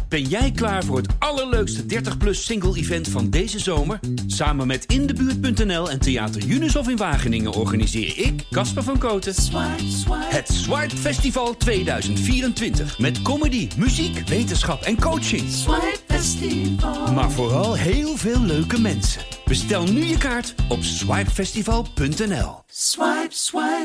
Ben jij klaar voor het allerleukste 30-plus single-event van deze zomer? Samen met Indebuurt.nl en Theater Junushof in Wageningen organiseer ik, Casper van Kooten, het Swipe Festival 2024. Met comedy, muziek, wetenschap en coaching. Swipe Festival. Maar vooral heel veel leuke mensen. Bestel nu je kaart op swipefestival.nl. Swipe, swipe.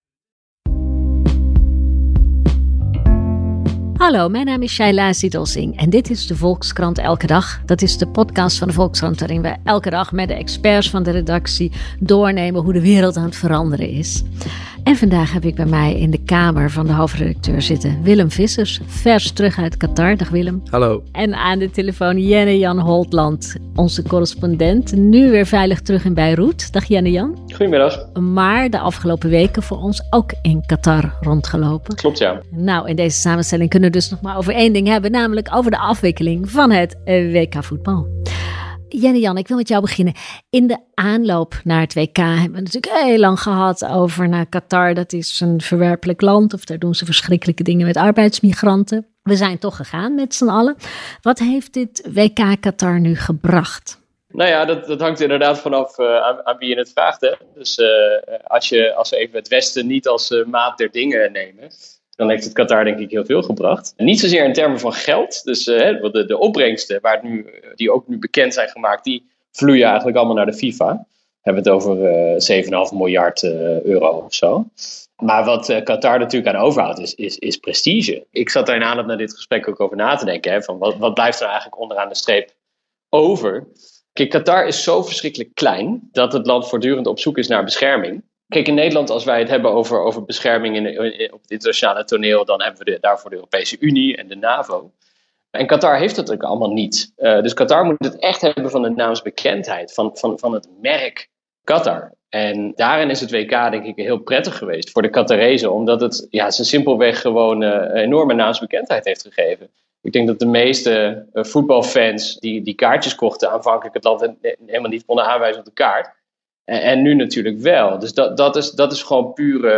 Hallo, mijn naam is Shaila Ziedelsing en dit is de Volkskrant Elke Dag. Dat is de podcast van de Volkskrant waarin we elke dag met de experts van de redactie doornemen hoe de wereld aan het veranderen is. En vandaag heb ik bij mij in de kamer van de hoofdredacteur zitten Willem Vissers, vers terug uit Qatar. Dag Willem. Hallo. En aan de telefoon Jenne-Jan Holtland, onze correspondent, nu weer veilig terug in Beirut. Dag Jenne-Jan. Goedemiddag. Maar de afgelopen weken voor ons ook in Qatar rondgelopen. Klopt, ja. Nou, in deze samenstelling kunnen we dus nog maar over één ding hebben, namelijk over de afwikkeling van het WK voetbal. Jenne-Jan, ik wil met jou beginnen. In de aanloop naar het WK hebben we natuurlijk heel lang gehad over Qatar. Dat is een verwerpelijk land of daar doen ze verschrikkelijke dingen met arbeidsmigranten. We zijn toch gegaan met z'n allen. Wat heeft dit WK Qatar nu gebracht? Nou ja, dat hangt inderdaad vanaf aan wie je het vraagt. Hè? Dus als we even het Westen niet als maat der dingen nemen, dan heeft het Qatar denk ik heel veel gebracht. Niet zozeer in termen van geld. Dus de opbrengsten die ook nu bekend zijn gemaakt, die vloeien eigenlijk allemaal naar de FIFA. We hebben het over 7,5 miljard euro of zo. Maar wat Qatar natuurlijk aan overhoudt is prestige. Ik zat daar in aanloop naar dit gesprek ook over na te denken. Hè, van wat blijft er eigenlijk onderaan de streep over? Kijk, Qatar is zo verschrikkelijk klein dat het land voortdurend op zoek is naar bescherming. Kijk, in Nederland, als wij het hebben over bescherming op het internationale toneel, dan hebben we daarvoor de Europese Unie en de NAVO. En Qatar heeft dat ook allemaal niet. Dus Qatar moet het echt hebben van de naamsbekendheid, van het merk Qatar. En daarin is het WK denk ik heel prettig geweest voor de Qatarezen, omdat het ze simpelweg gewoon enorme naamsbekendheid heeft gegeven. Ik denk dat de meeste voetbalfans die kaartjes kochten aanvankelijk het land helemaal niet konden aanwijzen op de kaart. En nu natuurlijk wel. Dus dat is gewoon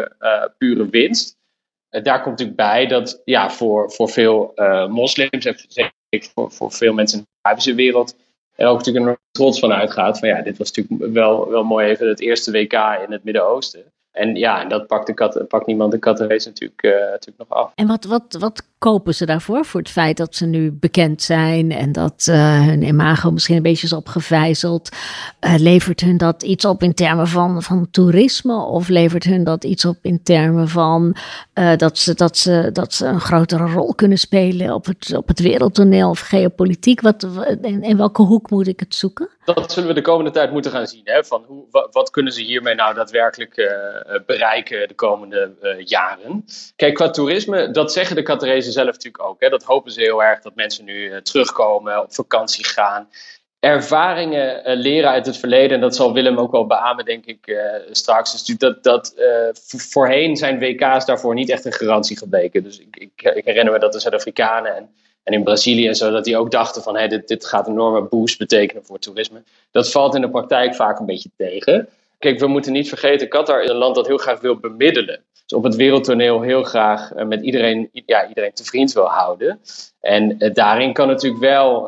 pure winst. Daar komt natuurlijk bij dat voor veel moslims en zeker voor veel mensen in de Arabische wereld er ook natuurlijk een trots van uitgaat. Van dit was natuurlijk wel mooi even het eerste WK in het Midden-Oosten. En dat pakt niemand de Qatarese natuurlijk nog af. En wat kopen ze daarvoor? Voor het feit dat ze nu bekend zijn en dat hun imago misschien een beetje is opgevijzeld. Levert hun dat iets op in termen van toerisme? Of levert hun dat iets op in termen van dat ze een grotere rol kunnen spelen op het wereldtoneel of geopolitiek? In welke hoek moet ik het zoeken? Dat zullen we de komende tijd moeten gaan zien. Hè? Van wat kunnen ze hiermee nou daadwerkelijk bereiken de komende jaren? Kijk, qua toerisme, dat zeggen de Qatarezen zelf natuurlijk ook. Hè? Dat hopen ze heel erg, dat mensen nu terugkomen, op vakantie gaan. Ervaringen leren uit het verleden, en dat zal Willem ook wel beamen, denk ik, straks. Is dat voorheen zijn WK's daarvoor niet echt een garantie gebleken. Dus ik herinner me dat de Zuid-Afrikanen en in Brazilië en zo, dat die ook dachten van dit gaat een enorme boost betekenen voor toerisme. Dat valt in de praktijk vaak een beetje tegen. Kijk, we moeten niet vergeten, Qatar is een land dat heel graag wil bemiddelen. Dus op het wereldtoneel heel graag met iedereen te vriend wil houden. En daarin kan natuurlijk wel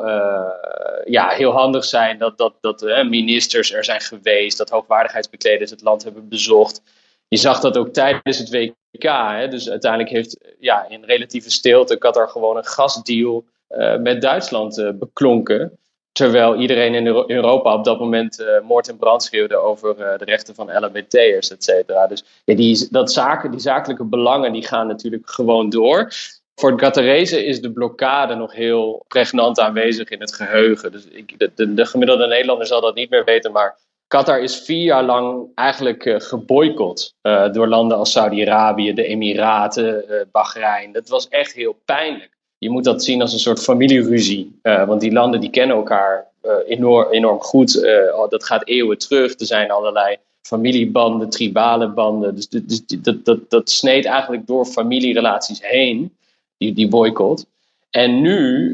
heel handig zijn dat ministers er zijn geweest, dat hoogwaardigheidsbekleders het land hebben bezocht. Je zag dat ook tijdens het WK. Dus uiteindelijk heeft in relatieve stilte Qatar gewoon een gasdeal met Duitsland beklonken. Terwijl iedereen in Europa op dat moment moord en brand schreeuwde over de rechten van LHBT'ers, et cetera. Dus die zakelijke belangen die gaan natuurlijk gewoon door. Voor de Qatarezen is de blokkade nog heel pregnant aanwezig in het geheugen. Dus de gemiddelde Nederlander zal dat niet meer weten, maar Qatar is 4 jaar lang eigenlijk geboycott door landen als Saudi-Arabië, de Emiraten, Bahrein. Dat was echt heel pijnlijk. Je moet dat zien als een soort familieruzie. Want die landen die kennen elkaar enorm goed. Dat gaat eeuwen terug. Er zijn allerlei familiebanden, tribale banden. Dus dat sneed eigenlijk door familierelaties heen, die boycott. En nu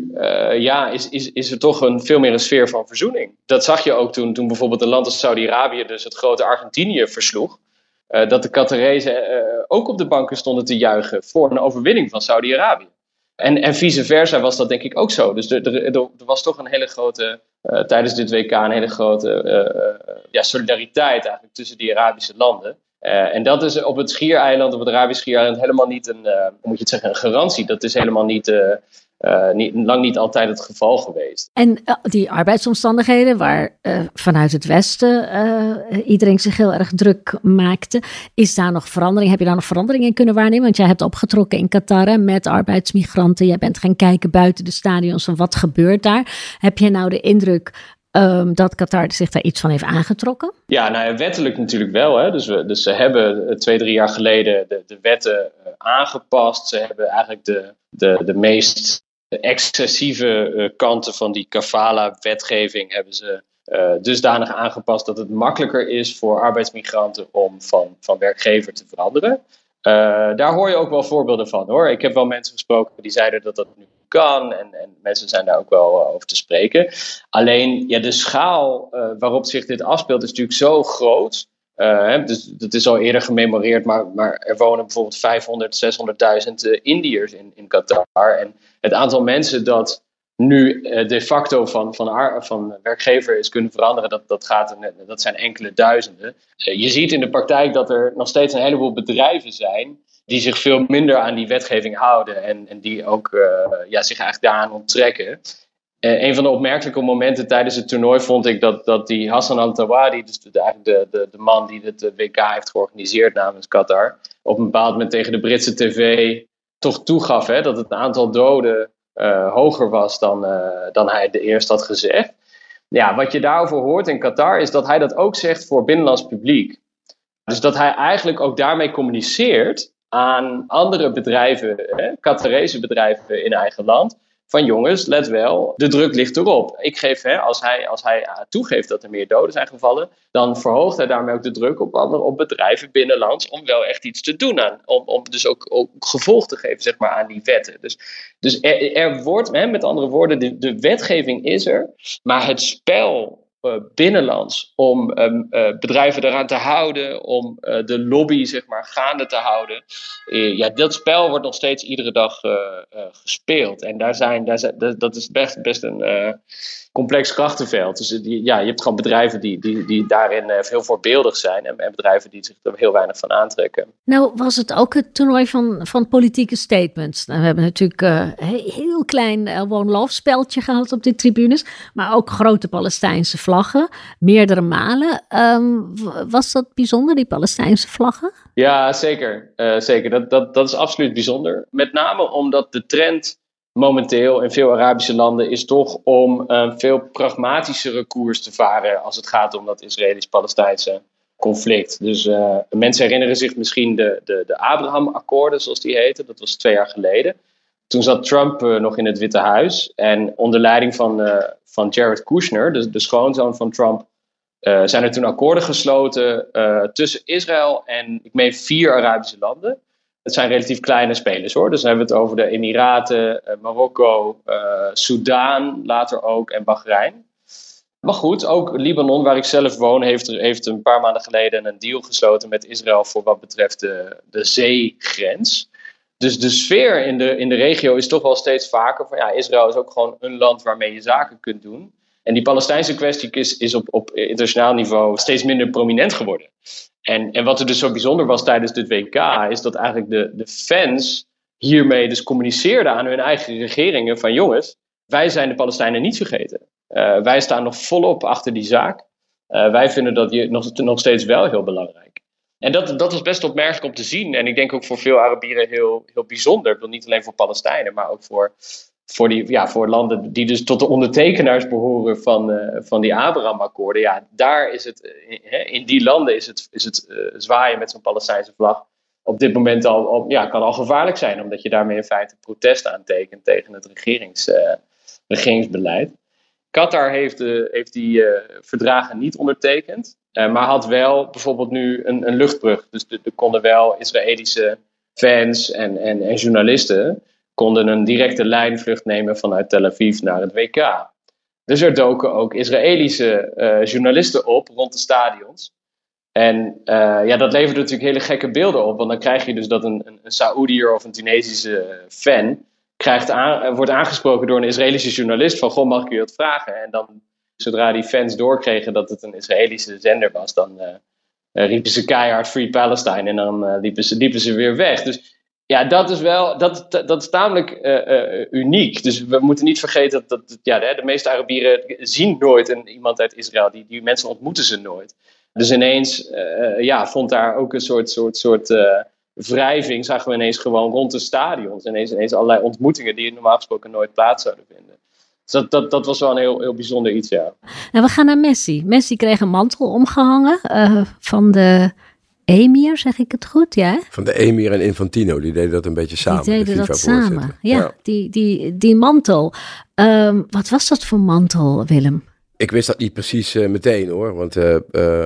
is er toch veel meer een sfeer van verzoening. Dat zag je ook toen bijvoorbeeld een land als Saudi-Arabië dus het grote Argentinië versloeg. Dat de Qatarezen ook op de banken stonden te juichen voor een overwinning van Saudi-Arabië. En vice versa was dat denk ik ook zo. Dus er was toch een hele grote, tijdens dit WK, een hele grote solidariteit eigenlijk tussen die Arabische landen. En dat is op het Schiereiland, op het Arabisch Schiereiland, helemaal niet een garantie. Dat is helemaal lang niet altijd het geval geweest. En die arbeidsomstandigheden waar vanuit het Westen iedereen zich heel erg druk maakte. Is daar nog verandering? Heb je daar nog verandering in kunnen waarnemen? Want jij hebt opgetrokken in Qatar met arbeidsmigranten. Jij bent gaan kijken buiten de stadions van wat gebeurt daar. Heb je nou de indruk dat Qatar zich daar iets van heeft aangetrokken? Ja, nou wettelijk natuurlijk wel. Hè. Dus ze hebben 2-3 jaar geleden de wetten aangepast. Ze hebben eigenlijk de meest excessieve kanten van die kafala-wetgeving hebben ze dusdanig aangepast dat het makkelijker is voor arbeidsmigranten om van werkgever te veranderen. Daar hoor je ook wel voorbeelden van, hoor. Ik heb wel mensen gesproken die zeiden dat nu kan en mensen zijn daar ook wel over te spreken. Alleen de schaal waarop zich dit afspeelt is natuurlijk zo groot. Dus dat is al eerder gememoreerd, maar er wonen bijvoorbeeld 500.000, 600.000 Indiërs in Qatar. En het aantal mensen dat nu de facto van werkgever is kunnen veranderen, dat zijn enkele duizenden. Je ziet in de praktijk dat er nog steeds een heleboel bedrijven zijn die zich veel minder aan die wetgeving houden en die ook zich eigenlijk daaraan onttrekken. Een van de opmerkelijke momenten tijdens het toernooi vond ik dat die Hassan Al-Thawadi, dus eigenlijk de man die het WK heeft georganiseerd namens Qatar, op een bepaald moment tegen de Britse tv toch toegaf dat het aantal doden hoger was dan hij eerst had gezegd. Ja, wat je daarover hoort in Qatar is dat hij dat ook zegt voor binnenlands publiek. Dus dat hij eigenlijk ook daarmee communiceert aan andere bedrijven, Qatarese bedrijven in eigen land, van jongens, let wel, de druk ligt erop. Ik geef, als hij toegeeft dat er meer doden zijn gevallen, dan verhoogt hij daarmee ook de druk op bedrijven binnenlands om wel echt iets te doen aan. Om dus ook gevolg te geven, zeg maar, aan die wetten. Dus er wordt, met andere woorden, de wetgeving is er, maar het spel binnenlands om bedrijven eraan te houden, om de lobby, zeg maar, gaande te houden. Dat spel wordt nog steeds iedere dag gespeeld. En dat is best een complex krachtenveld. Dus je hebt gewoon bedrijven die daarin heel voorbeeldig zijn en bedrijven die zich er heel weinig van aantrekken. Nou was het ook het toernooi van politieke statements. Nou, we hebben natuurlijk een heel klein One Love speltje gehad op de tribunes, maar ook grote Palestijnse vlaggen, meerdere malen. Was dat bijzonder, die Palestijnse vlaggen? Ja, zeker. Zeker. Dat is absoluut bijzonder. Met name omdat de trend momenteel in veel Arabische landen is toch om een veel pragmatischere koers te varen als het gaat om dat Israëlisch-Palestijnse conflict. Dus mensen herinneren zich misschien de Abraham-akkoorden, zoals die heten. Dat was 2 jaar geleden. Toen zat Trump nog in het Witte Huis en onder leiding van Jared Kushner, de schoonzoon van Trump, zijn er toen akkoorden gesloten tussen Israël en ik meen 4 Arabische landen. Het zijn relatief kleine spelers, hoor. Dus dan hebben we het over de Emiraten, Marokko, Soudaan, later ook en Bahrein. Maar goed, ook Libanon, waar ik zelf woon, heeft een paar maanden geleden een deal gesloten met Israël voor wat betreft de zeegrens. Dus de sfeer in de regio is toch wel steeds vaker van Israël is ook gewoon een land waarmee je zaken kunt doen. En die Palestijnse kwestie is op internationaal niveau steeds minder prominent geworden. En wat er dus zo bijzonder was tijdens dit WK, is dat eigenlijk de fans hiermee dus communiceerden aan hun eigen regeringen van jongens, wij zijn de Palestijnen niet vergeten. Wij staan nog volop achter die zaak. Wij vinden dat nog steeds wel heel belangrijk. En dat was best opmerkelijk om te zien. En ik denk ook voor veel Arabieren heel, heel bijzonder. Ik bedoel, niet alleen voor Palestijnen, maar ook voor landen die dus tot de ondertekenaars behoren van die Abraham-akkoorden. Ja, daar is het, in die landen is het zwaaien met zo'n Palestijnse vlag op dit moment kan al gevaarlijk zijn. Omdat je daarmee in feite protest aantekent tegen het regeringsbeleid. Qatar heeft die verdragen niet ondertekend. Maar had wel bijvoorbeeld nu een luchtbrug. Dus er konden wel Israëlische fans en journalisten konden een directe lijnvlucht nemen vanuit Tel Aviv naar het WK. Dus er doken ook Israëlische journalisten op rond de stadions. En dat levert natuurlijk hele gekke beelden op. Want dan krijg je dus dat een Saoediër of een Tunesische fan wordt aangesproken door een Israëlische journalist van, goh, mag ik u wat vragen? En dan, zodra die fans doorkregen dat het een Israëlische zender was, dan riepen ze keihard Free Palestine en dan liepen ze weer weg. Dus ja, dat is wel, dat is tamelijk uniek. Dus we moeten niet vergeten dat de meeste Arabieren zien nooit iemand uit Israël. Die mensen ontmoeten ze nooit. Dus ineens vond daar ook een soort wrijving, zagen we ineens gewoon rond de stadions. Ineens allerlei ontmoetingen die normaal gesproken nooit plaats zouden vinden. Dus dat was wel een heel bijzonder iets, ja. Nou, we gaan naar Messi. Messi kreeg een mantel omgehangen van de emir, zeg ik het goed, ja? Van de emir en Infantino, die deden dat een beetje samen. Die deden dat samen, ja. Die mantel. Wat was dat voor mantel, Willem? Ik wist dat niet precies meteen, hoor. Want in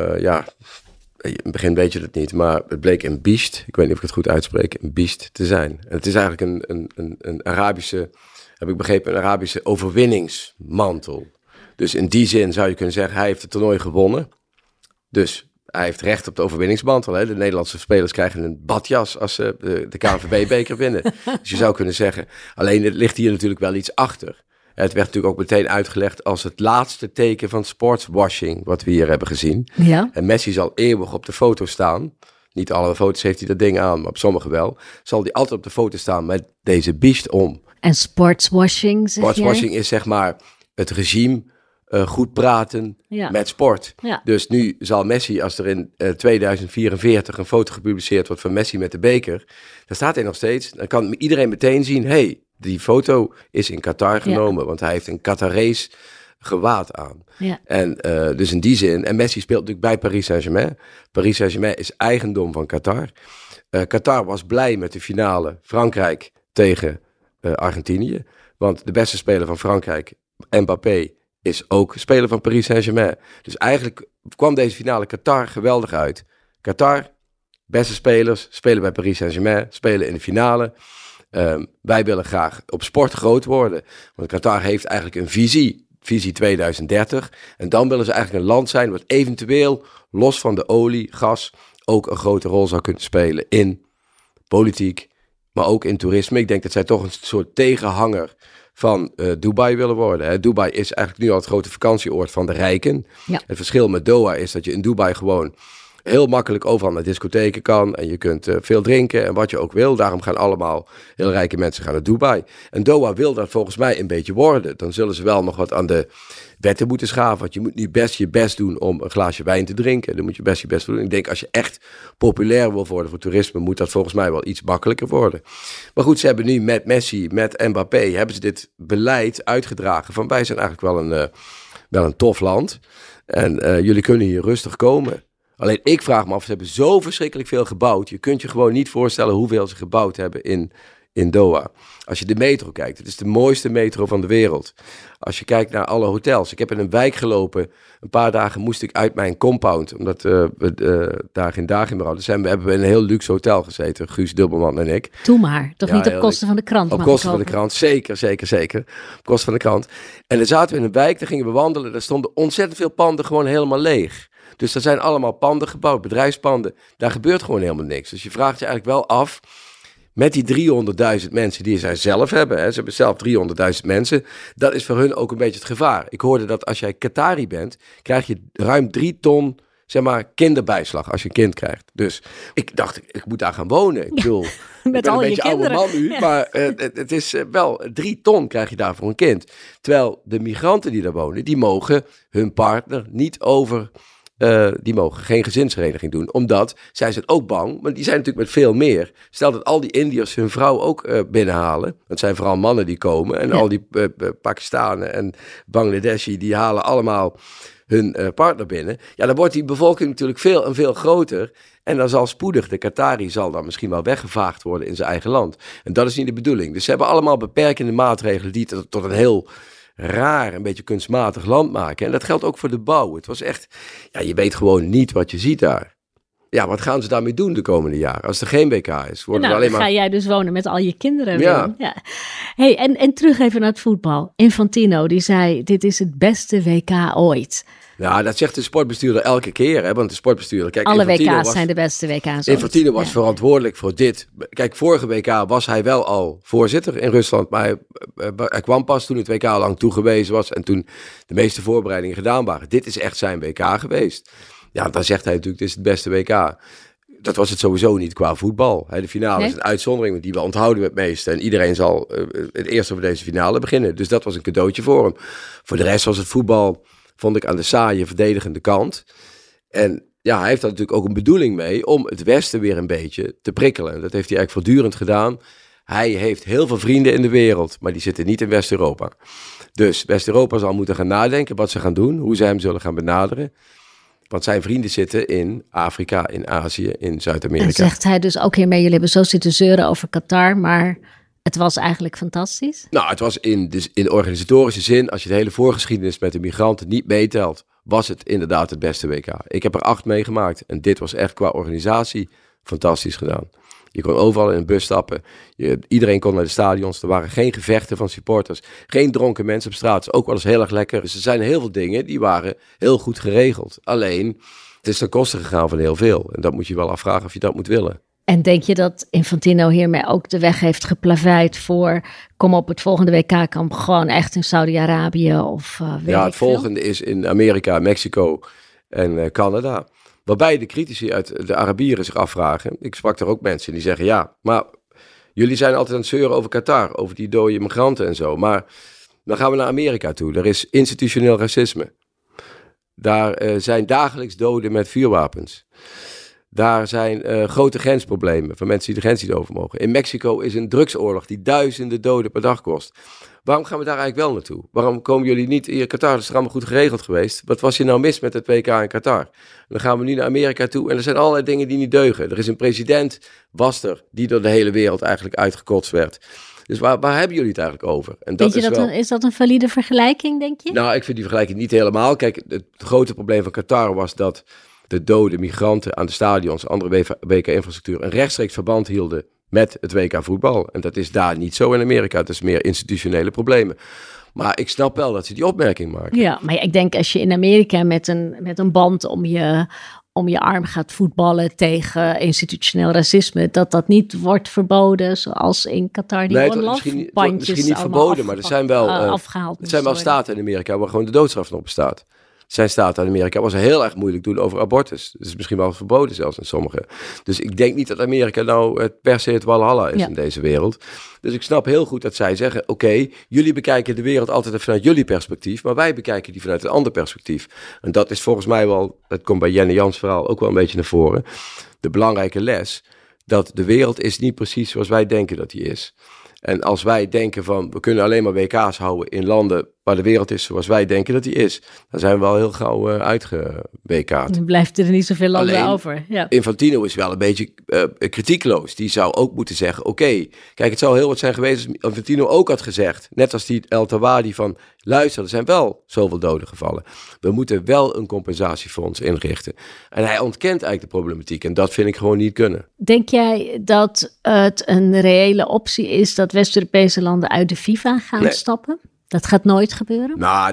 het begin weet je dat niet, maar het bleek een biest, ik weet niet of ik het goed uitspreek, een biest te zijn. En het is eigenlijk een Arabische, heb ik begrepen, een Arabische overwinningsmantel. Dus in die zin zou je kunnen zeggen, hij heeft het toernooi gewonnen. Dus hij heeft recht op de overwinningsmantel. Hè? De Nederlandse spelers krijgen een badjas als ze de KNVB-beker winnen. Dus je zou kunnen zeggen, alleen het ligt hier natuurlijk wel iets achter. Het werd natuurlijk ook meteen uitgelegd als het laatste teken van sportswashing, wat we hier hebben gezien. Ja. En Messi zal eeuwig op de foto staan. Niet alle foto's heeft hij dat ding aan, maar op sommige wel. Zal hij altijd op de foto staan met deze biest om. En sportswashing, zeg Sportswashing is zeg maar het regime goed praten met sport. Ja. Dus nu zal Messi, als er in 2044 een foto gepubliceerd wordt van Messi met de beker, dan staat hij nog steeds. Dan kan iedereen meteen zien, hey, die foto is in Qatar genomen, want hij heeft een Qatarees gewaad aan. Ja. En dus in die zin, en Messi speelt natuurlijk bij Paris Saint-Germain. Paris Saint-Germain is eigendom van Qatar. Qatar was blij met de finale Frankrijk tegen Argentinië, want de beste speler van Frankrijk, Mbappé, is ook speler van Paris Saint-Germain. Dus eigenlijk kwam deze finale Qatar geweldig uit. Qatar, beste spelers, spelen bij Paris Saint-Germain, spelen in de finale. Wij willen graag op sport groot worden. Want Qatar heeft eigenlijk een visie 2030. En dan willen ze eigenlijk een land zijn wat eventueel, los van de olie, gas, ook een grote rol zou kunnen spelen in politiek, maar ook in toerisme. Ik denk dat zij toch een soort tegenhanger van Dubai willen worden. Hè. Dubai is eigenlijk nu al het grote vakantieoord van de rijken. Ja. Het verschil met Doha is dat je in Dubai gewoon heel makkelijk overal naar discotheken kan. En je kunt veel drinken en wat je ook wil. Daarom gaan allemaal heel rijke mensen naar Dubai. En Doha wil dat volgens mij een beetje worden. Dan zullen ze wel nog wat aan de wetten moeten schaven. Want je moet nu best je best doen om een glaasje wijn te drinken. Dan moet je best je best doen. Ik denk als je echt populair wil worden voor toerisme, moet dat volgens mij wel iets makkelijker worden. Maar goed, ze hebben nu met Messi, met Mbappé, hebben ze dit beleid uitgedragen van wij zijn eigenlijk wel een tof land. En jullie kunnen hier rustig komen. Alleen ik vraag me af, ze hebben zo verschrikkelijk veel gebouwd. Je kunt je gewoon niet voorstellen hoeveel ze gebouwd hebben in Doha. Als je de metro kijkt, het is de mooiste metro van de wereld. Als je kijkt naar alle hotels. Ik heb in een wijk gelopen. Een paar dagen moest ik uit mijn compound. Omdat we daar geen dagen meer hadden. Dus hebben we in een heel luxe hotel gezeten. Guus Dubbelman en ik. Doe maar. Toch niet op kosten van de krant? Op kosten van de krant. Zeker. Op kosten van de krant. En dan zaten we in een wijk. Daar gingen we wandelen. Daar stonden ontzettend veel panden gewoon helemaal leeg. Dus er zijn allemaal panden gebouwd, bedrijfspanden. Daar gebeurt gewoon helemaal niks. Dus je vraagt je eigenlijk wel af, met die 300.000 mensen die zij zelf hebben, hè, ze hebben zelf 300.000 mensen, dat is voor hun ook een beetje het gevaar. Ik hoorde dat als jij Qatari bent, krijg je ruim 3 ton, zeg maar, kinderbijslag als je een kind krijgt. Dus ik dacht, ik moet daar gaan wonen. Ik bedoel, met ik ben al een beetje oude man nu, maar het is wel 3 ton krijg je daar voor een kind. Terwijl de migranten die daar wonen, die mogen hun partner niet over. Die mogen geen gezinshereniging doen, omdat zij zijn ook bang, maar die zijn natuurlijk met veel meer. Stel dat al die Indiërs hun vrouw ook binnenhalen, het zijn vooral mannen die komen, en al die Pakistanen en Bangladeshi, die halen allemaal hun partner binnen. Ja, dan wordt die bevolking natuurlijk veel en veel groter, en dan zal spoedig de Qatari zal dan misschien wel weggevaagd worden in zijn eigen land. En dat is niet de bedoeling. Dus ze hebben allemaal beperkende maatregelen die tot een heel raar, een beetje kunstmatig land maken. En dat geldt ook voor de bouw. Het was echt, ja, je weet gewoon niet wat je ziet daar. Ja, wat gaan ze daarmee doen de komende jaren? Als er geen WK is, worden alleen maar... ga jij dus wonen met al je kinderen. Ja. Hey, en terug even naar het voetbal. Infantino, die zei, dit is het beste WK ooit. Nou, dat zegt de sportbestuurder elke keer, hè? Want de sportbestuurder... Kijk, alle WK's zijn de beste WK's ooit. Infantino was verantwoordelijk voor dit. Kijk, vorige WK was hij wel al voorzitter in Rusland, maar hij kwam pas toen het WK al lang toegewezen was en toen de meeste voorbereidingen gedaan waren. Dit is echt zijn WK geweest. Ja, dan zegt hij natuurlijk, dit is het beste WK. Dat was het sowieso niet qua voetbal. De finale is een uitzondering, want die we onthouden we het meeste. En iedereen zal het eerst over deze finale beginnen. Dus dat was een cadeautje voor hem. Voor de rest was het voetbal, vond ik, aan de saaie, verdedigende kant. En ja, hij heeft daar natuurlijk ook een bedoeling mee om het Westen weer een beetje te prikkelen. Dat heeft hij eigenlijk voortdurend gedaan. Hij heeft heel veel vrienden in de wereld, maar die zitten niet in West-Europa. Dus West-Europa zal moeten gaan nadenken wat ze gaan doen, hoe ze hem zullen gaan benaderen. Want zijn vrienden zitten in Afrika, in Azië, in Zuid-Amerika. En zegt hij dus ook hiermee, jullie hebben zo zitten zeuren over Qatar, maar het was eigenlijk fantastisch? Nou, het was in organisatorische zin, als je de hele voorgeschiedenis met de migranten niet meetelt, was het inderdaad het beste WK. Ik heb er 8 meegemaakt en dit was echt qua organisatie fantastisch gedaan. Je kon overal in een bus stappen. Iedereen kon naar de stadions. Er waren geen gevechten van supporters. Geen dronken mensen op straat. Dat is ook wel eens heel erg lekker. Dus er zijn heel veel dingen die waren heel goed geregeld. Alleen, het is ten koste gegaan van heel veel. En dat moet je wel afvragen of je dat moet willen. En denk je dat Infantino hiermee ook de weg heeft geplaveid voor... kom op het volgende WK-kamp gewoon echt in Saudi-Arabië of Ja, het volgende is in Amerika, Mexico en Canada. Waarbij de critici uit de Arabieren zich afvragen. Ik sprak er ook mensen die zeggen, ja, maar jullie zijn altijd aan het zeuren over Qatar, over die dode migranten en zo. Maar dan gaan we naar Amerika toe. Er is institutioneel racisme. Daar zijn dagelijks doden met vuurwapens. Daar zijn grote grensproblemen van mensen die de grens niet over mogen. In Mexico is een drugsoorlog die duizenden doden per dag kost. Waarom gaan we daar eigenlijk wel naartoe? Waarom komen jullie niet in Qatar? Dat is allemaal goed geregeld geweest. Wat was hier nou mis met het WK in Qatar? En dan gaan we nu naar Amerika toe en er zijn allerlei dingen die niet deugen. Er is een president, was er, die door de hele wereld eigenlijk uitgekotst werd. Dus waar hebben jullie het eigenlijk over? En dat is dat een valide vergelijking, denk je? Nou, ik vind die vergelijking niet helemaal. Kijk, het grote probleem van Qatar was dat de dode migranten aan de stadions, andere WK-infrastructuur, een rechtstreeks verband hielden met het WK voetbal. En dat is daar niet zo in Amerika. Het is meer institutionele problemen. Maar ik snap wel dat ze die opmerking maken. Ja, maar ik denk als je in Amerika met een band om je arm gaat voetballen tegen institutioneel racisme, dat niet wordt verboden zoals in Qatar die one-love bandjes misschien niet verboden, maar er zijn wel afgehaald. Er zijn wel staten in Amerika waar gewoon de doodstraf nog bestaat. Zijn staten in Amerika was heel erg moeilijk doen over abortus. Dat is misschien wel verboden zelfs in sommige. Dus ik denk niet dat Amerika nou per se het walhalla is in deze wereld. Dus ik snap heel goed dat zij zeggen, oké, jullie bekijken de wereld altijd vanuit jullie perspectief, maar wij bekijken die vanuit een ander perspectief. En dat is volgens mij wel, dat komt bij Jenny Jans verhaal ook wel een beetje naar voren, de belangrijke les, dat de wereld is niet precies zoals wij denken dat die is. En als wij denken van, we kunnen alleen maar WK's houden in landen waar de wereld is zoals wij denken dat die is, dan zijn we wel heel gauw uitge-WK'd. Dan blijft er niet zoveel landen over. Ja. Infantino is wel een beetje kritiekloos. Die zou ook moeten zeggen, oké, kijk, het zou heel wat zijn geweest als Infantino ook had gezegd, net als die El Tawadi van, luister, er zijn wel zoveel doden gevallen. We moeten wel een compensatiefonds inrichten. En hij ontkent eigenlijk de problematiek en dat vind ik gewoon niet kunnen. Denk jij dat het een reële optie is dat West-Europese landen uit de FIFA gaan stappen? Dat gaat nooit gebeuren? Nou,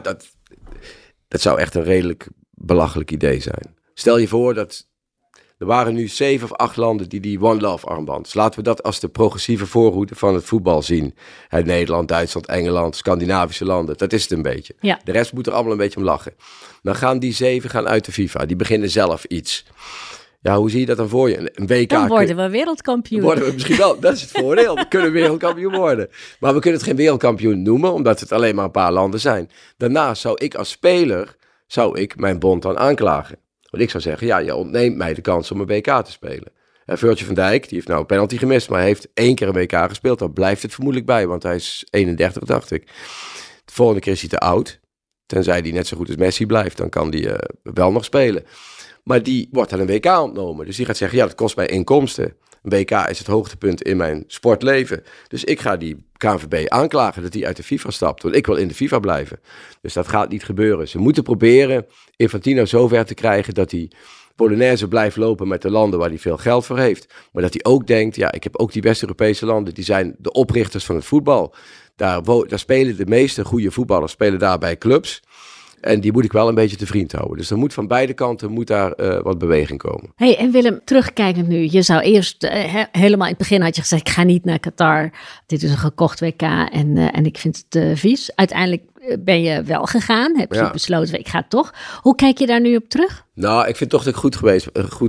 dat zou echt een redelijk belachelijk idee zijn. Stel je voor dat er waren nu 7 of 8 landen die One Love armband. Dus laten we dat als de progressieve voorhoede van het voetbal zien. Nederland, Duitsland, Engeland, Scandinavische landen. Dat is het een beetje. Ja. De rest moet er allemaal een beetje om lachen. Dan gaan die 7 uit de FIFA. Die beginnen zelf iets. Ja, hoe zie je dat dan voor je? Een WK. Dan worden we wereldkampioen. Worden we misschien wel. Dat is het voordeel. We kunnen wereldkampioen worden. Maar we kunnen het geen wereldkampioen noemen, omdat het alleen maar een paar landen zijn. Daarnaast zou ik als speler, mijn bond dan aanklagen. Want ik zou zeggen, ja, je ontneemt mij de kans om een WK te spelen. En Virgil van Dijk, die heeft nou een penalty gemist, maar hij heeft 1 keer een WK gespeeld. Dan blijft het vermoedelijk bij, want hij is 31, dacht ik. De volgende keer is hij te oud. Tenzij hij net zo goed als Messi blijft, dan kan hij wel nog spelen. Maar die wordt aan een WK ontnomen. Dus die gaat zeggen, ja, dat kost mij inkomsten. Een WK is het hoogtepunt in mijn sportleven. Dus ik ga die KNVB aanklagen dat die uit de FIFA stapt. Want ik wil in de FIFA blijven. Dus dat gaat niet gebeuren. Ze moeten proberen Infantino zover te krijgen dat hij Polonaise blijft lopen met de landen waar hij veel geld voor heeft. Maar dat hij ook denkt, ja, ik heb ook die West-Europese landen, die zijn de oprichters van het voetbal. Daar spelen de meeste goede voetballers, spelen daar bij clubs. En die moet ik wel een beetje te vriend houden. Dus er moet van beide kanten wat beweging komen. Hey, en Willem, terugkijkend nu. Je zou eerst, helemaal in het begin had je gezegd, ik ga niet naar Qatar. Dit is een gekocht WK en ik vind het vies. Uiteindelijk ben je wel gegaan. Heb je besloten, ik ga toch. Hoe kijk je daar nu op terug? Nou, ik vind toch dat ik goed geweest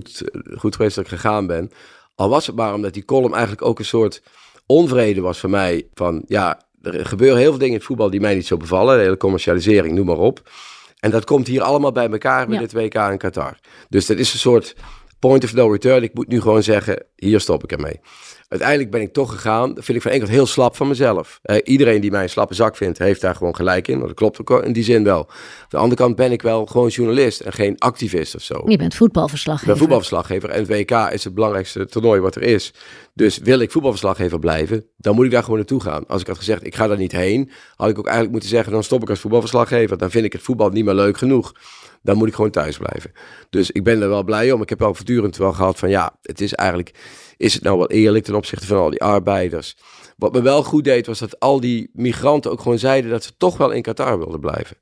dat ik gegaan ben. Al was het maar omdat die column eigenlijk ook een soort onvrede was voor mij. Van ja, er gebeuren heel veel dingen in het voetbal die mij niet zo bevallen. De hele commercialisering, noem maar op. En dat komt hier allemaal bij elkaar met dit WK in Qatar. Dus dat is een soort point of no return. Ik moet nu gewoon zeggen, hier stop ik ermee. Uiteindelijk ben ik toch gegaan. Dat vind ik van enkel heel slap van mezelf. Iedereen die mij een slappe zak vindt, heeft daar gewoon gelijk in. Want dat klopt ook in die zin wel. Aan de andere kant ben ik wel gewoon journalist en geen activist of zo. Je bent voetbalverslaggever. Ik ben voetbalverslaggever en het WK is het belangrijkste toernooi wat er is. Dus wil ik voetbalverslaggever blijven, dan moet ik daar gewoon naartoe gaan. Als ik had gezegd, ik ga daar niet heen, had ik ook eigenlijk moeten zeggen, dan stop ik als voetbalverslaggever. Dan vind ik het voetbal niet meer leuk genoeg. Dan moet ik gewoon thuis blijven. Dus ik ben er wel blij om. Ik heb wel voortdurend wel gehad van ja, het is eigenlijk, is het nou wel eerlijk ten opzichte van al die arbeiders? Wat me wel goed deed was dat al die migranten ook gewoon zeiden dat ze toch wel in Qatar wilden blijven.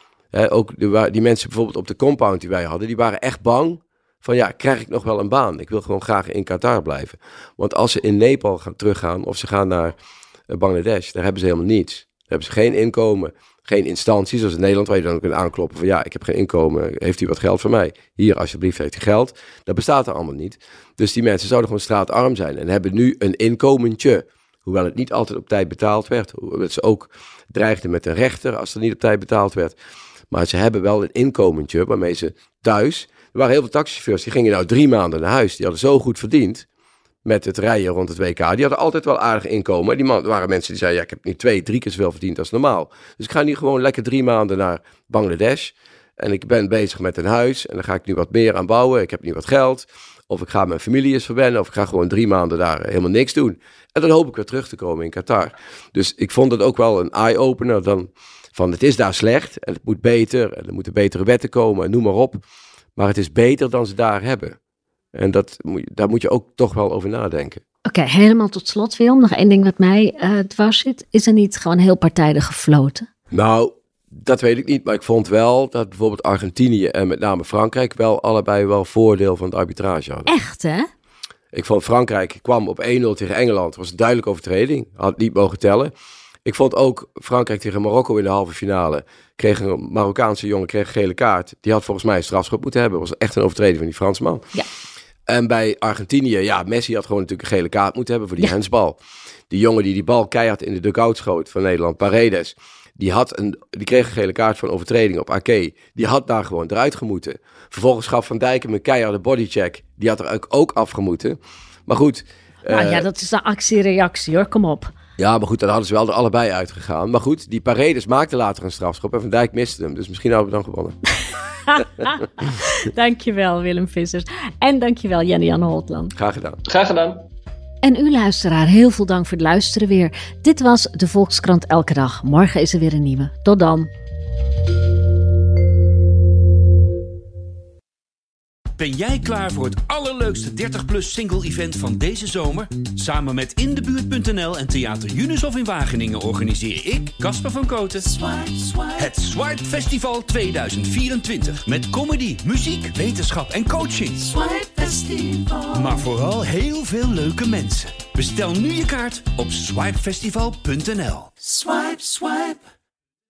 Ook die mensen bijvoorbeeld op de compound die wij hadden, die waren echt bang van ja, krijg ik nog wel een baan? Ik wil gewoon graag in Qatar blijven. Want als ze in Nepal teruggaan of ze gaan naar Bangladesh, daar hebben ze helemaal niets. Daar hebben ze geen inkomen. Geen instanties, zoals in Nederland, waar je dan kunt aankloppen van ja, ik heb geen inkomen, heeft u wat geld voor mij? Hier, alsjeblieft, heeft u geld. Dat bestaat er allemaal niet. Dus die mensen zouden gewoon straatarm zijn en hebben nu een inkomentje. Hoewel het niet altijd op tijd betaald werd. Hoewel ze ook dreigden met een rechter als er niet op tijd betaald werd. Maar ze hebben wel een inkomentje waarmee ze thuis... Er waren heel veel taxichauffeurs, die gingen nou 3 maanden naar huis. Die hadden zo goed verdiend met het rijden rond het WK. Die hadden altijd wel aardig inkomen. Er waren mensen die zeiden, ja, ik heb nu 2-3 keer zoveel verdiend als normaal. Dus ik ga nu gewoon lekker 3 maanden naar Bangladesh. En ik ben bezig met een huis. En dan ga ik nu wat meer aan bouwen. Ik heb nu wat geld. Of ik ga mijn familie eens verwennen. Of ik ga gewoon 3 maanden daar helemaal niks doen. En dan hoop ik weer terug te komen in Qatar. Dus ik vond het ook wel een eye-opener dan van het is daar slecht. En het moet beter. En er moeten betere wetten komen. En noem maar op. Maar het is beter dan ze daar hebben. En daar moet je ook toch wel over nadenken. Oké, helemaal tot slot, Willem. Nog 1 ding wat mij dwars zit. Is er niet gewoon heel partijdig gefloten? Nou, dat weet ik niet. Maar ik vond wel dat bijvoorbeeld Argentinië en met name Frankrijk wel allebei wel voordeel van de arbitrage hadden. Echt, hè? Ik vond Frankrijk kwam op 1-0 tegen Engeland. Dat was een duidelijke overtreding. Had niet mogen tellen. Ik vond ook Frankrijk tegen Marokko in de halve finale. Een Marokkaanse jongen kreeg een gele kaart. Die had volgens mij een strafschop moeten hebben. Dat was echt een overtreding van die Fransman. Ja. En bij Argentinië, ja, Messi had gewoon natuurlijk een gele kaart moeten hebben voor die handsbal. Die jongen die bal keihard in de dugout schoot van Nederland, Paredes, die kreeg een gele kaart voor een overtreding op Ake. Die had daar gewoon eruit gemoeten. Vervolgens gaf Van Dijk hem een keiharde bodycheck. Die had er ook afgemoeten. Maar goed. Ja, dat is een actie-reactie hoor, kom op. Ja, maar goed, dan hadden ze wel er allebei uitgegaan. Maar goed, die Paredes maakte later een strafschop en Van Dijk miste hem. Dus misschien hadden we dan gewonnen. Dankjewel Willem Vissers. En dankjewel Jenny-Anne Holtland. Graag gedaan. Graag gedaan. En u luisteraar, heel veel dank voor het luisteren weer. Dit was de Volkskrant Elke Dag. Morgen is er weer een nieuwe. Tot dan. Ben jij klaar voor het allerleukste 30-plus single-event van deze zomer? Samen met Indebuurt.nl en Theater Junushof in Wageningen organiseer ik, Casper van Kooten, het Swipe Festival 2024. Met comedy, muziek, wetenschap en coaching. Swipe Festival. Maar vooral heel veel leuke mensen. Bestel nu je kaart op swipefestival.nl. Swipe, swipe.